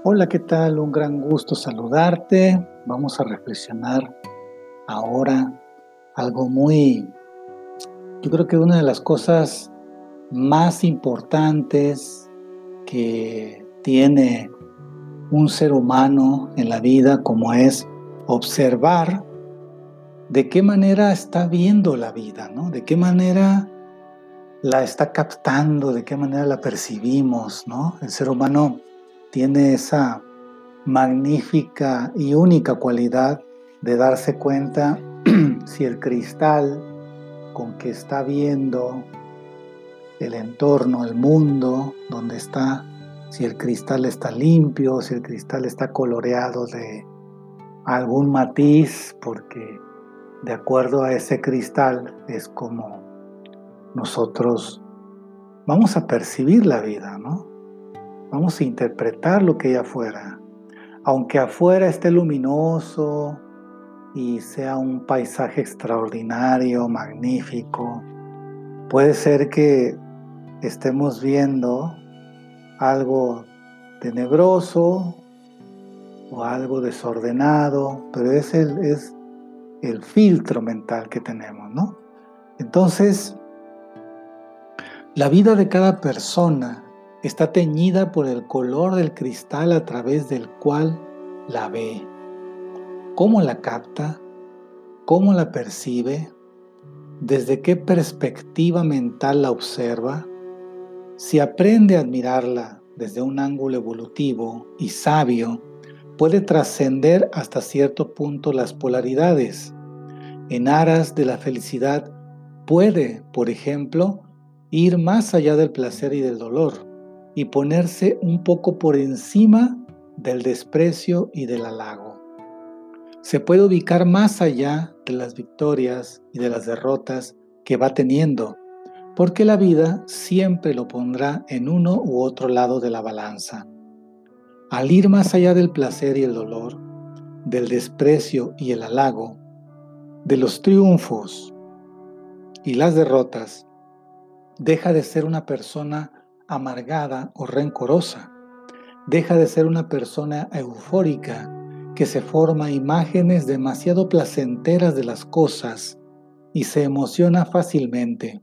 Hola, ¿qué tal? Un gran gusto saludarte. Vamos a reflexionar ahora algo yo creo que una de las cosas más importantes que tiene un ser humano en la vida, como es observar de qué manera está viendo la vida, ¿no? De qué manera la está captando, de qué manera la percibimos, ¿no? El ser humano tiene esa magnífica y única cualidad de darse cuenta si el cristal con que está viendo el entorno, el mundo donde está, si el cristal está limpio, si el cristal está coloreado de algún matiz, porque de acuerdo a ese cristal es como nosotros vamos a percibir la vida, ¿no? Vamos a interpretar lo que hay afuera. Aunque afuera esté luminoso y sea un paisaje extraordinario, magnífico, puede ser que estemos viendo algo tenebroso o algo desordenado, pero es el filtro mental que tenemos, ¿no? Entonces, la vida de cada persona está teñida por el color del cristal a través del cual la ve. ¿Cómo la capta? ¿Cómo la percibe? ¿Desde qué perspectiva mental la observa? Si aprende a admirarla desde un ángulo evolutivo y sabio, puede trascender hasta cierto punto las polaridades. En aras de la felicidad, puede, por ejemplo, ir más allá del placer y del dolor y ponerse un poco por encima del desprecio y del halago. Se puede ubicar más allá de las victorias y de las derrotas que va teniendo, porque la vida siempre lo pondrá en uno u otro lado de la balanza. Al ir más allá del placer y el dolor, del desprecio y el halago, de los triunfos y las derrotas, deja de ser una persona amargada o rencorosa. Deja de ser una persona eufórica que se forma imágenes demasiado placenteras de las cosas y se emociona fácilmente.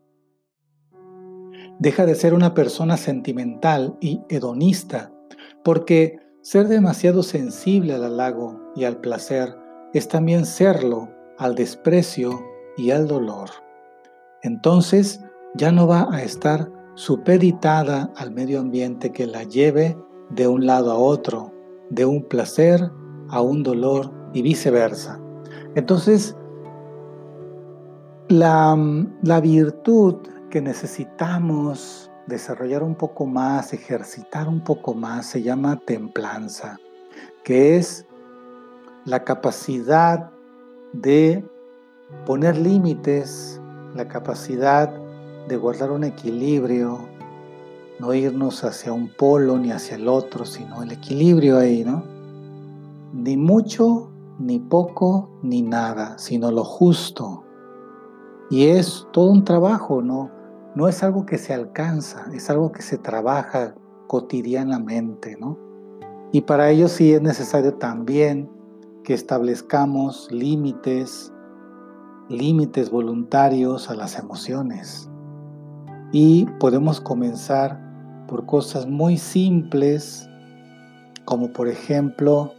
Deja de ser una persona sentimental y hedonista, porque ser demasiado sensible al halago y al placer es también serlo al desprecio y al dolor. Entonces ya no va a estar supeditada al medio ambiente que la lleve de un lado a otro, de un placer a un dolor y viceversa. Entonces, la virtud que necesitamos desarrollar un poco más, ejercitar un poco más, se llama templanza, que es la capacidad de poner límites, la capacidad de guardar un equilibrio, no irnos hacia un polo ni hacia el otro, sino el equilibrio ahí, ¿no? Ni mucho, ni poco, ni nada, sino lo justo. Y es todo un trabajo, ¿no? No es algo que se alcanza, es algo que se trabaja cotidianamente, ¿no? Y para ello sí es necesario también que establezcamos límites voluntarios a las emociones. Y podemos comenzar por cosas muy simples, como por ejemplo,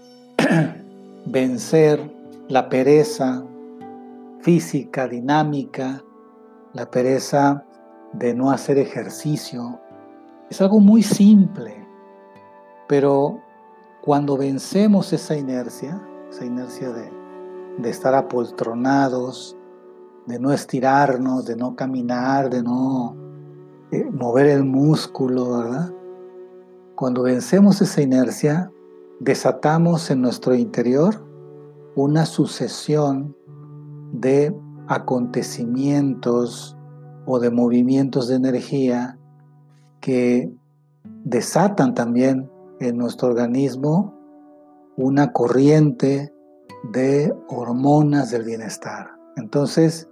vencer la pereza física, dinámica, la pereza de no hacer ejercicio. Es algo muy simple, pero cuando vencemos esa inercia de estar apoltronados, de no estirarnos, de no caminar, de no mover el músculo, ¿verdad? Cuando vencemos esa inercia, desatamos en nuestro interior una sucesión de acontecimientos o de movimientos de energía que desatan también en nuestro organismo una corriente de hormonas del bienestar. Entonces,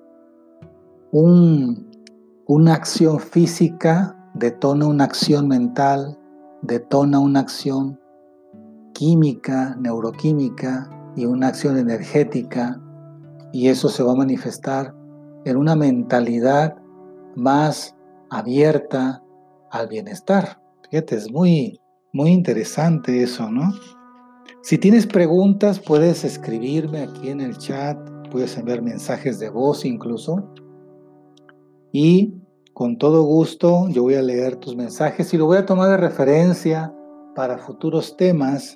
una acción física detona una acción mental, detona una acción química, neuroquímica y una acción energética, y eso se va a manifestar en una mentalidad más abierta al bienestar. Fíjate, es muy interesante eso, ¿no? Si tienes preguntas, puedes escribirme aquí en el chat, puedes enviar mensajes de voz incluso, y con todo gusto yo voy a leer tus mensajes y lo voy a tomar de referencia para futuros temas.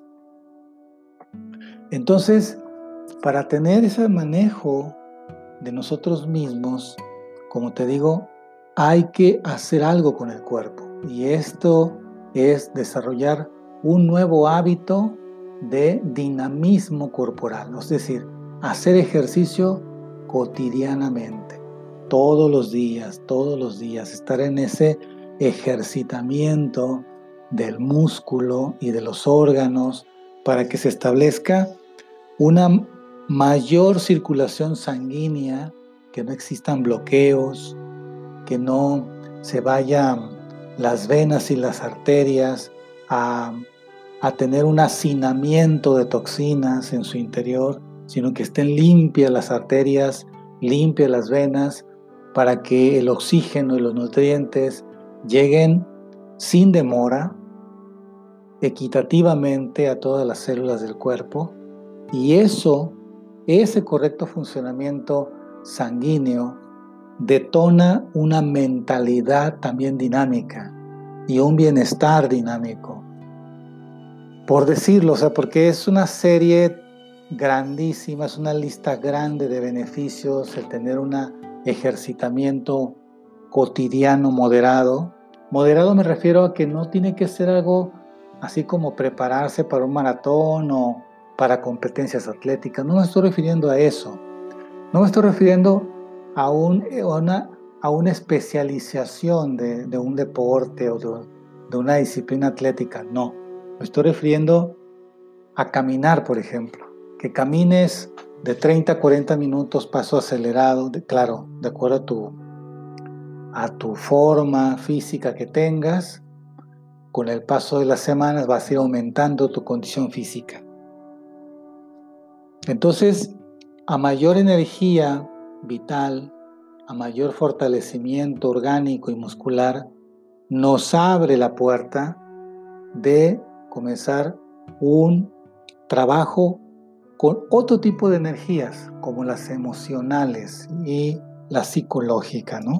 Entonces, para tener ese manejo de nosotros mismos, como te digo, hay que hacer algo con el cuerpo, y esto es desarrollar un nuevo hábito de dinamismo corporal, es decir, hacer ejercicio cotidianamente, todos los días, estar en ese ejercitamiento del músculo y de los órganos para que se establezca una mayor circulación sanguínea, que no existan bloqueos, que no se vayan las venas y las arterias a tener un hacinamiento de toxinas en su interior, sino que estén limpias las arterias, limpias las venas, para que el oxígeno y los nutrientes lleguen sin demora, equitativamente a todas las células del cuerpo, y ese correcto funcionamiento sanguíneo detona una mentalidad también dinámica y un bienestar dinámico. Por decirlo, porque es una serie grandísima, es una lista grande de beneficios el tener un ejercitamiento cotidiano moderado. Moderado me refiero a que no tiene que ser algo así como prepararse para un maratón o para competencias atléticas. No me estoy refiriendo a eso. No me estoy refiriendo a una especialización de un deporte o de una disciplina atlética. No. Me estoy refiriendo a caminar, por ejemplo. Que camines de 30 a 40 minutos, paso acelerado, claro, de acuerdo a tu forma física que tengas. Con el paso de las semanas vas a ir aumentando tu condición física. Entonces, a mayor energía vital, a mayor fortalecimiento orgánico y muscular, nos abre la puerta de comenzar un trabajo con otro tipo de energías, como las emocionales y la psicológica, ¿no?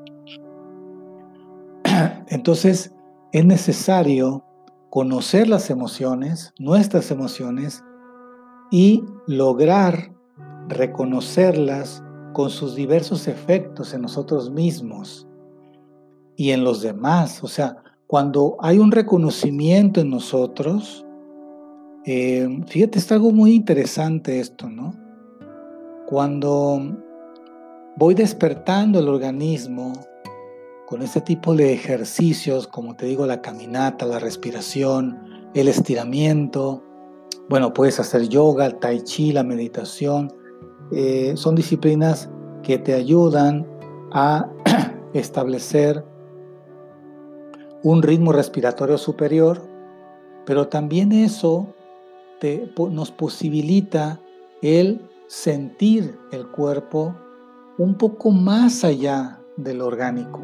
Entonces, es necesario conocer las emociones, nuestras emociones, y lograr reconocerlas con sus diversos efectos en nosotros mismos y en los demás. O sea, cuando hay un reconocimiento en nosotros, fíjate, está algo muy interesante esto, ¿no? Cuando voy despertando el organismo con este tipo de ejercicios, como te digo, la caminata, la respiración, el estiramiento, bueno, puedes hacer yoga, el tai chi, la meditación, son disciplinas que te ayudan a establecer un ritmo respiratorio superior, pero también eso nos posibilita el sentir el cuerpo un poco más allá del orgánico,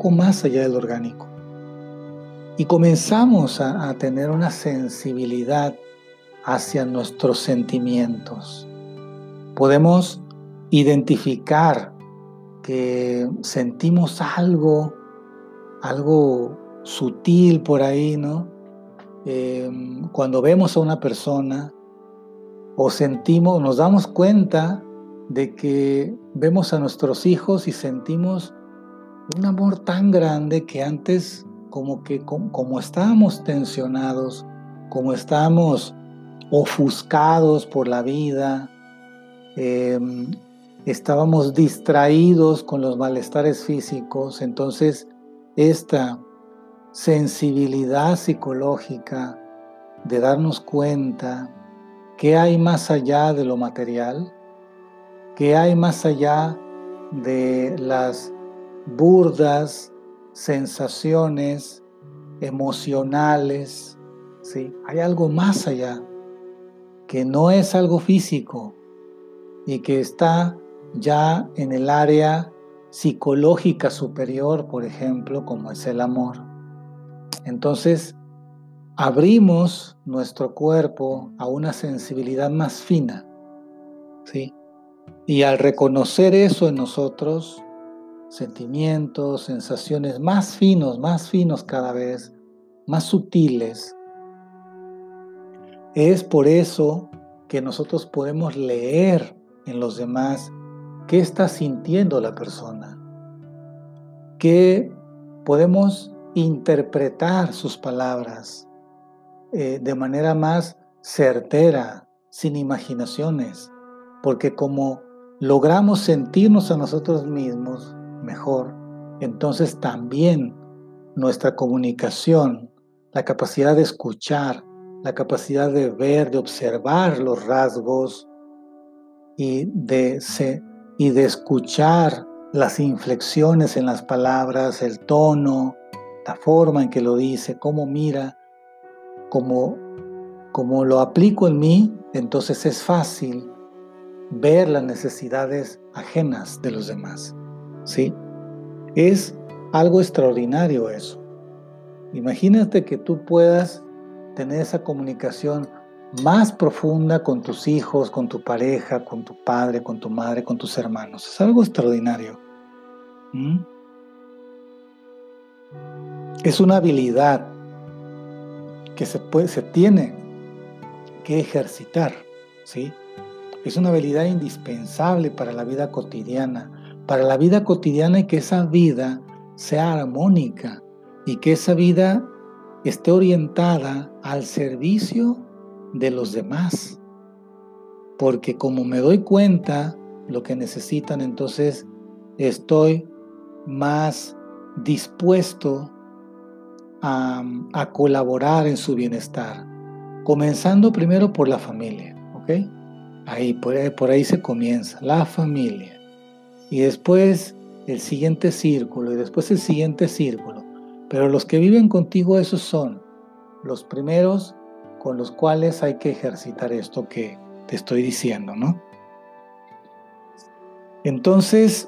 y comenzamos a tener una sensibilidad hacia nuestros sentimientos. Podemos identificar que sentimos algo sutil por ahí, ¿no? Cuando vemos a una persona o nos damos cuenta de que vemos a nuestros hijos y sentimos un amor tan grande que antes como estábamos tensionados, como estábamos ofuscados por la vida, estábamos distraídos con los malestares físicos, entonces esta sensibilidad psicológica de darnos cuenta qué hay más allá de lo material, qué hay más allá de las burdas sensaciones emocionales, ¿sí? Hay algo más allá, que no es algo físico y que está ya en el área psicológica superior, por ejemplo, como es el amor. Entonces, abrimos nuestro cuerpo a una sensibilidad más fina, ¿sí? Y al reconocer eso en nosotros, sentimientos, sensaciones más finos cada vez, más sutiles, es por eso que nosotros podemos leer en los demás qué está sintiendo la persona, que podemos interpretar sus palabras de manera más certera, sin imaginaciones, porque como logramos sentirnos a nosotros mismos mejor, entonces también nuestra comunicación, la capacidad de escuchar, la capacidad de ver, de observar los rasgos y de escuchar las inflexiones en las palabras, el tono, la forma en que lo dice, cómo mira, como lo aplico en mí, entonces es fácil ver las necesidades ajenas de los demás, ¿sí? Es algo extraordinario eso. Imagínate que tú puedas tener esa comunicación más profunda con tus hijos, con tu pareja, con tu padre, con tu madre, con tus hermanos. Es algo extraordinario. Es una habilidad que se tiene que ejercitar, ¿sí? Es una habilidad indispensable para la vida cotidiana. Para la vida cotidiana y que esa vida sea armónica y que esa vida esté orientada al servicio de los demás. Porque como me doy cuenta lo que necesitan, entonces estoy más dispuesto a colaborar en su bienestar. Comenzando primero por la familia, ¿ok? Por ahí se comienza, la familia. Y después el siguiente círculo, y después el siguiente círculo. Pero los que viven contigo, esos son los primeros con los cuales hay que ejercitar esto que te estoy diciendo, ¿no? Entonces,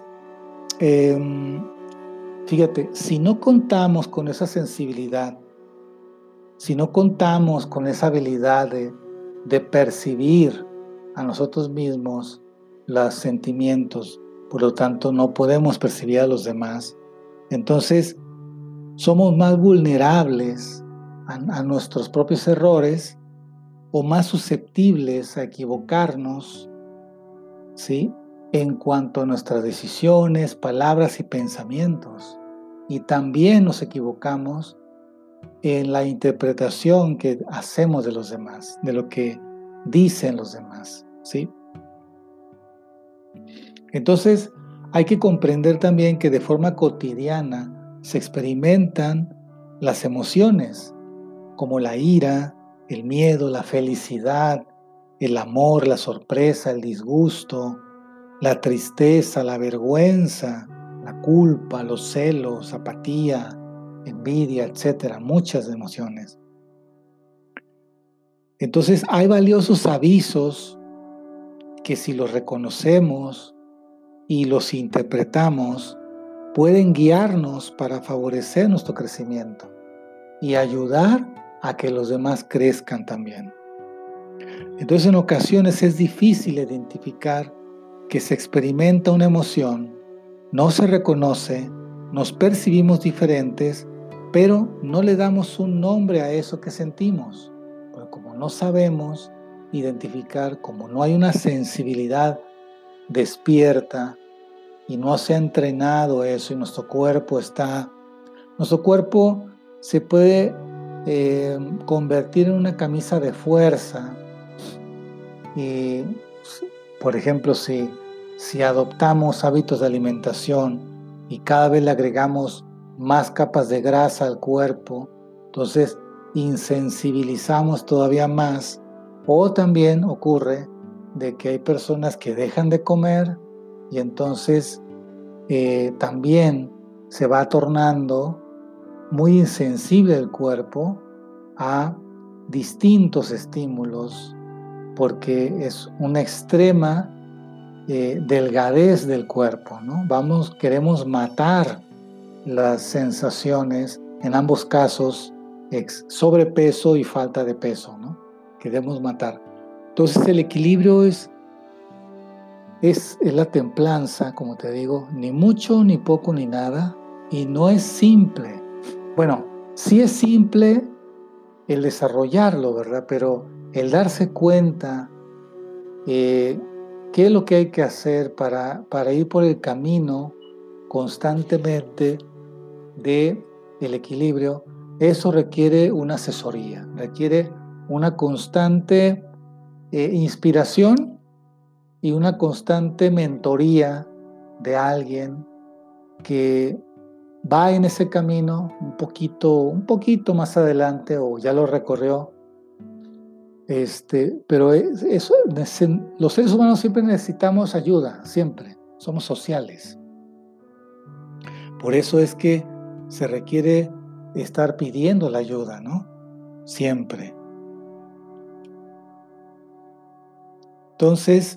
fíjate, si no contamos con esa sensibilidad, si no contamos con esa habilidad de percibir a nosotros mismos los sentimientos, por lo tanto no podemos percibir a los demás, entonces somos más vulnerables a nuestros propios errores o más susceptibles a equivocarnos, ¿sí? En cuanto a nuestras decisiones, palabras y pensamientos. Y también nos equivocamos en la interpretación que hacemos de los demás, de lo que dicen los demás, ¿sí? Entonces, hay que comprender también que de forma cotidiana se experimentan las emociones, como la ira, el miedo, la felicidad, el amor, la sorpresa, el disgusto, la tristeza, la vergüenza, la culpa, los celos, apatía, envidia, etcétera, muchas emociones. Entonces hay valiosos avisos que si los reconocemos y los interpretamos, pueden guiarnos para favorecer nuestro crecimiento y ayudar a que los demás crezcan también. Entonces en ocasiones es difícil identificar que se experimenta una emoción, no se reconoce, nos percibimos diferentes, pero no le damos un nombre a eso que sentimos. Porque como no sabemos identificar, como no hay una sensibilidad despierta y no se ha entrenado eso y nuestro cuerpo se puede convertir en una camisa de fuerza. Y, por ejemplo, si adoptamos hábitos de alimentación y cada vez le agregamos más capas de grasa al cuerpo, entonces insensibilizamos todavía más. O también ocurre de que hay personas que dejan de comer y entonces también se va tornando muy insensible el cuerpo a distintos estímulos porque es una extrema delgadez del cuerpo, ¿no? Queremos matar las sensaciones, en ambos casos, sobrepeso y falta de peso, ¿no? Queremos matar. Entonces el equilibrio es la templanza, como te digo, ni mucho, ni poco, ni nada, y no es simple. Bueno, sí es simple el desarrollarlo, ¿verdad? Pero el darse cuenta qué es lo que hay que hacer para ir por el camino constantemente de el equilibrio, eso requiere una asesoría, requiere una constante inspiración y una constante mentoría de alguien que va en ese camino un poquito más adelante o ya lo recorrió. Pero los seres humanos siempre necesitamos ayuda, siempre, somos sociales. Por eso es que se requiere estar pidiendo la ayuda, ¿no? Siempre. Entonces,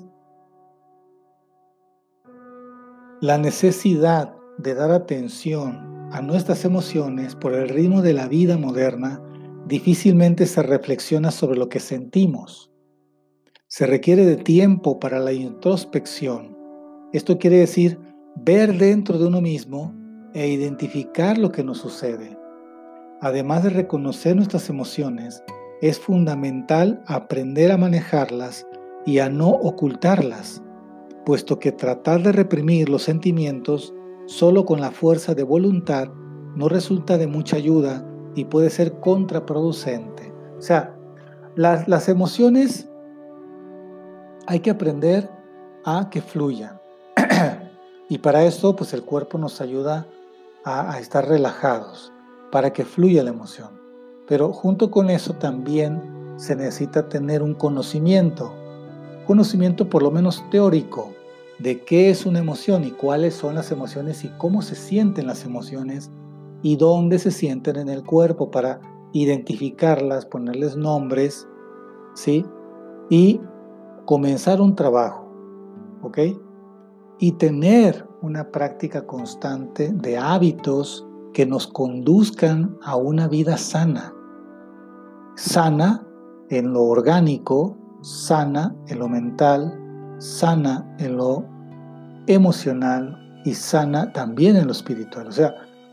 la necesidad de dar atención a nuestras emociones por el ritmo de la vida moderna difícilmente se reflexiona sobre lo que sentimos. Se requiere de tiempo para la introspección. Esto quiere decir ver dentro de uno mismo e identificar lo que nos sucede. Además de reconocer nuestras emociones, es fundamental aprender a manejarlas y a no ocultarlas, puesto que tratar de reprimir los sentimientos solo con la fuerza de voluntad no resulta de mucha ayuda y puede ser contraproducente. O sea, las emociones hay que aprender a que fluyan. Y para eso, pues el cuerpo nos ayuda a estar relajados, para que fluya la emoción. Pero junto con eso también se necesita tener un conocimiento por lo menos teórico, de qué es una emoción y cuáles son las emociones y cómo se sienten las emociones y dónde se sienten en el cuerpo para identificarlas, ponerles nombres, ¿sí? Y comenzar un trabajo, ¿ok? Y tener una práctica constante de hábitos que nos conduzcan a una vida sana. Sana en lo orgánico, sana en lo mental, sana en lo emocional y sana también en lo espiritual. O sea,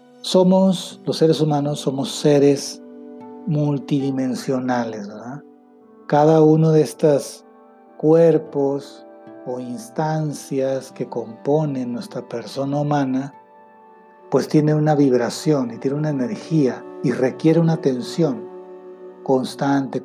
los seres humanos somos seres multidimensionales, ¿verdad? Cada uno de estos cuerpos o instancias que componen nuestra persona humana, pues tiene una vibración y tiene una energía y requiere una atención constante.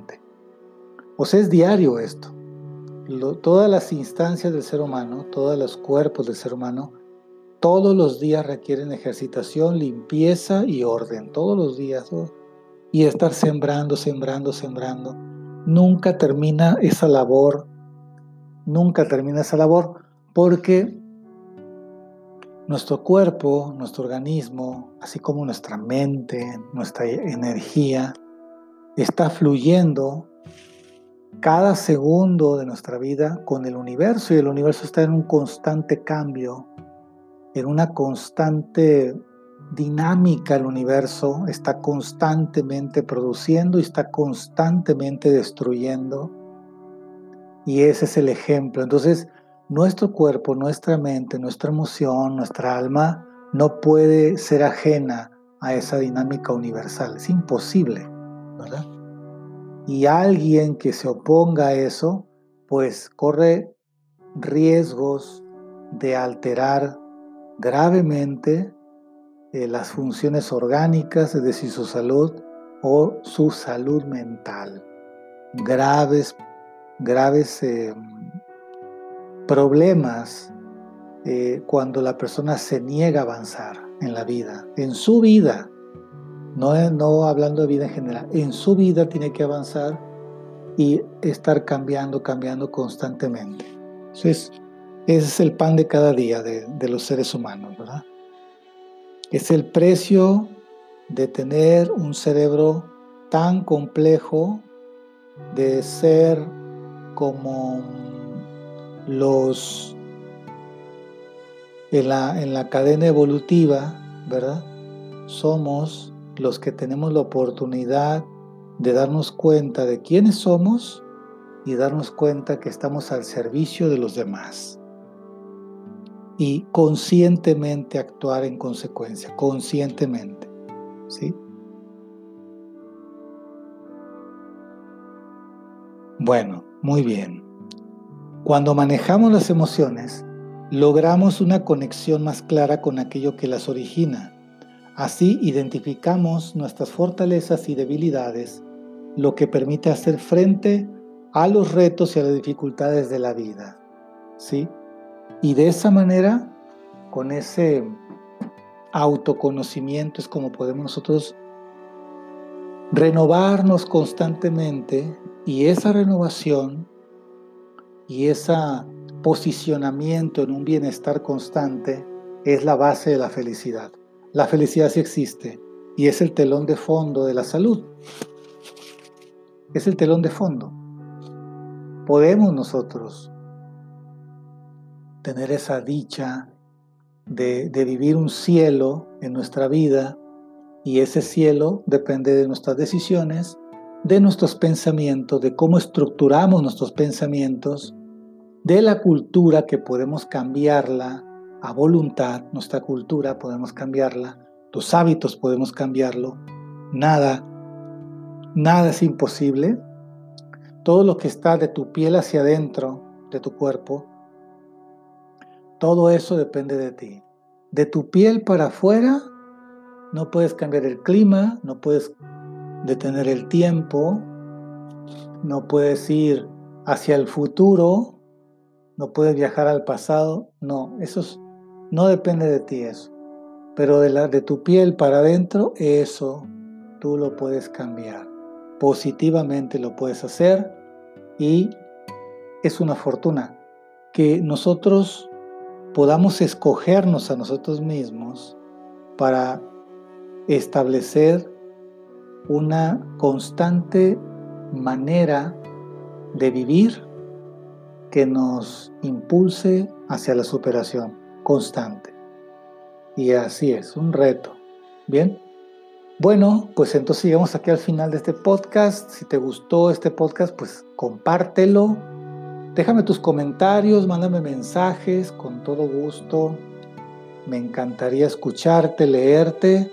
O sea, es diario esto. Todas las instancias del ser humano, todos los cuerpos del ser humano, todos los días requieren ejercitación, limpieza y orden. Todos los días. Y estar sembrando. Nunca termina esa labor, porque nuestro cuerpo, nuestro organismo, así como nuestra mente, nuestra energía, está fluyendo cada segundo de nuestra vida con el universo, y el universo está en un constante cambio, en una constante dinámica. El universo está constantemente produciendo y está constantemente destruyendo, y ese es el ejemplo. Entonces, nuestro cuerpo, nuestra mente, nuestra emoción, nuestra alma no puede ser ajena a esa dinámica universal. Es imposible, ¿verdad? Y alguien que se oponga a eso, pues corre riesgos de alterar gravemente las funciones orgánicas, es decir, su salud o su salud mental. Graves problemas cuando la persona se niega a avanzar en la vida, en su vida. No hablando de vida en general, en su vida tiene que avanzar y estar cambiando constantemente. Entonces, ese es el pan de cada día de los seres humanos, ¿verdad? Es el precio de tener un cerebro tan complejo, de ser como los en la cadena evolutiva, ¿verdad? Somos los que tenemos la oportunidad de darnos cuenta de quiénes somos y darnos cuenta que estamos al servicio de los demás. Y conscientemente actuar en consecuencia, conscientemente, ¿sí? Bueno, muy bien. Cuando manejamos las emociones, logramos una conexión más clara con aquello que las origina. Así identificamos nuestras fortalezas y debilidades, lo que permite hacer frente a los retos y a las dificultades de la vida, ¿sí? Y de esa manera, con ese autoconocimiento, es como podemos nosotros renovarnos constantemente, y esa renovación y ese posicionamiento en un bienestar constante es la base de la felicidad. La felicidad sí existe y es el telón de fondo de la salud. Es el telón de fondo. Podemos nosotros tener esa dicha de vivir un cielo en nuestra vida, y ese cielo depende de nuestras decisiones, de nuestros pensamientos, de cómo estructuramos nuestros pensamientos, de la cultura, que podemos cambiarla a voluntad. Nuestra cultura podemos cambiarla, los hábitos podemos cambiarlo, nada es imposible. Todo lo que está de tu piel hacia adentro de tu cuerpo, todo eso depende de ti. De tu piel para afuera, no puedes cambiar el clima, no puedes detener el tiempo, no puedes ir hacia el futuro, no puedes viajar al pasado. No, no depende de ti eso. Pero de tu piel para adentro, eso tú lo puedes cambiar. Positivamente lo puedes hacer, y es una fortuna que nosotros podamos escogernos a nosotros mismos para establecer una constante manera de vivir que nos impulse hacia la superación constante. Y así es, un reto. Bien, bueno, pues entonces llegamos aquí al final de este podcast. Si te gustó este podcast, pues compártelo. Déjame tus comentarios, mándame mensajes, con todo gusto. Me encantaría escucharte, leerte.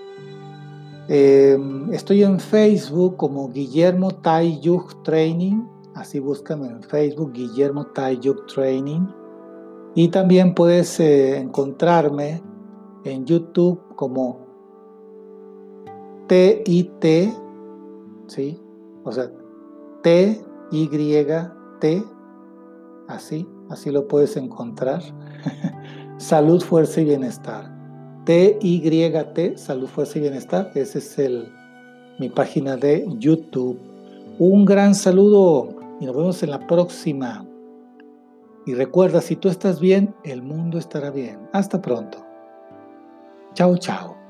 Estoy en Facebook como Guillermo Tai-Yuk Training. Así búscame en Facebook, Guillermo Tai-Yuk Training. Y también puedes encontrarme en YouTube como TIT, ¿sí? O sea, TYT, así lo puedes encontrar. Salud, fuerza y bienestar. TYT, salud, fuerza y bienestar. Esa es mi página de YouTube. Un gran saludo y nos vemos en la próxima. Y recuerda, si tú estás bien, el mundo estará bien. Hasta pronto. Chao, chao.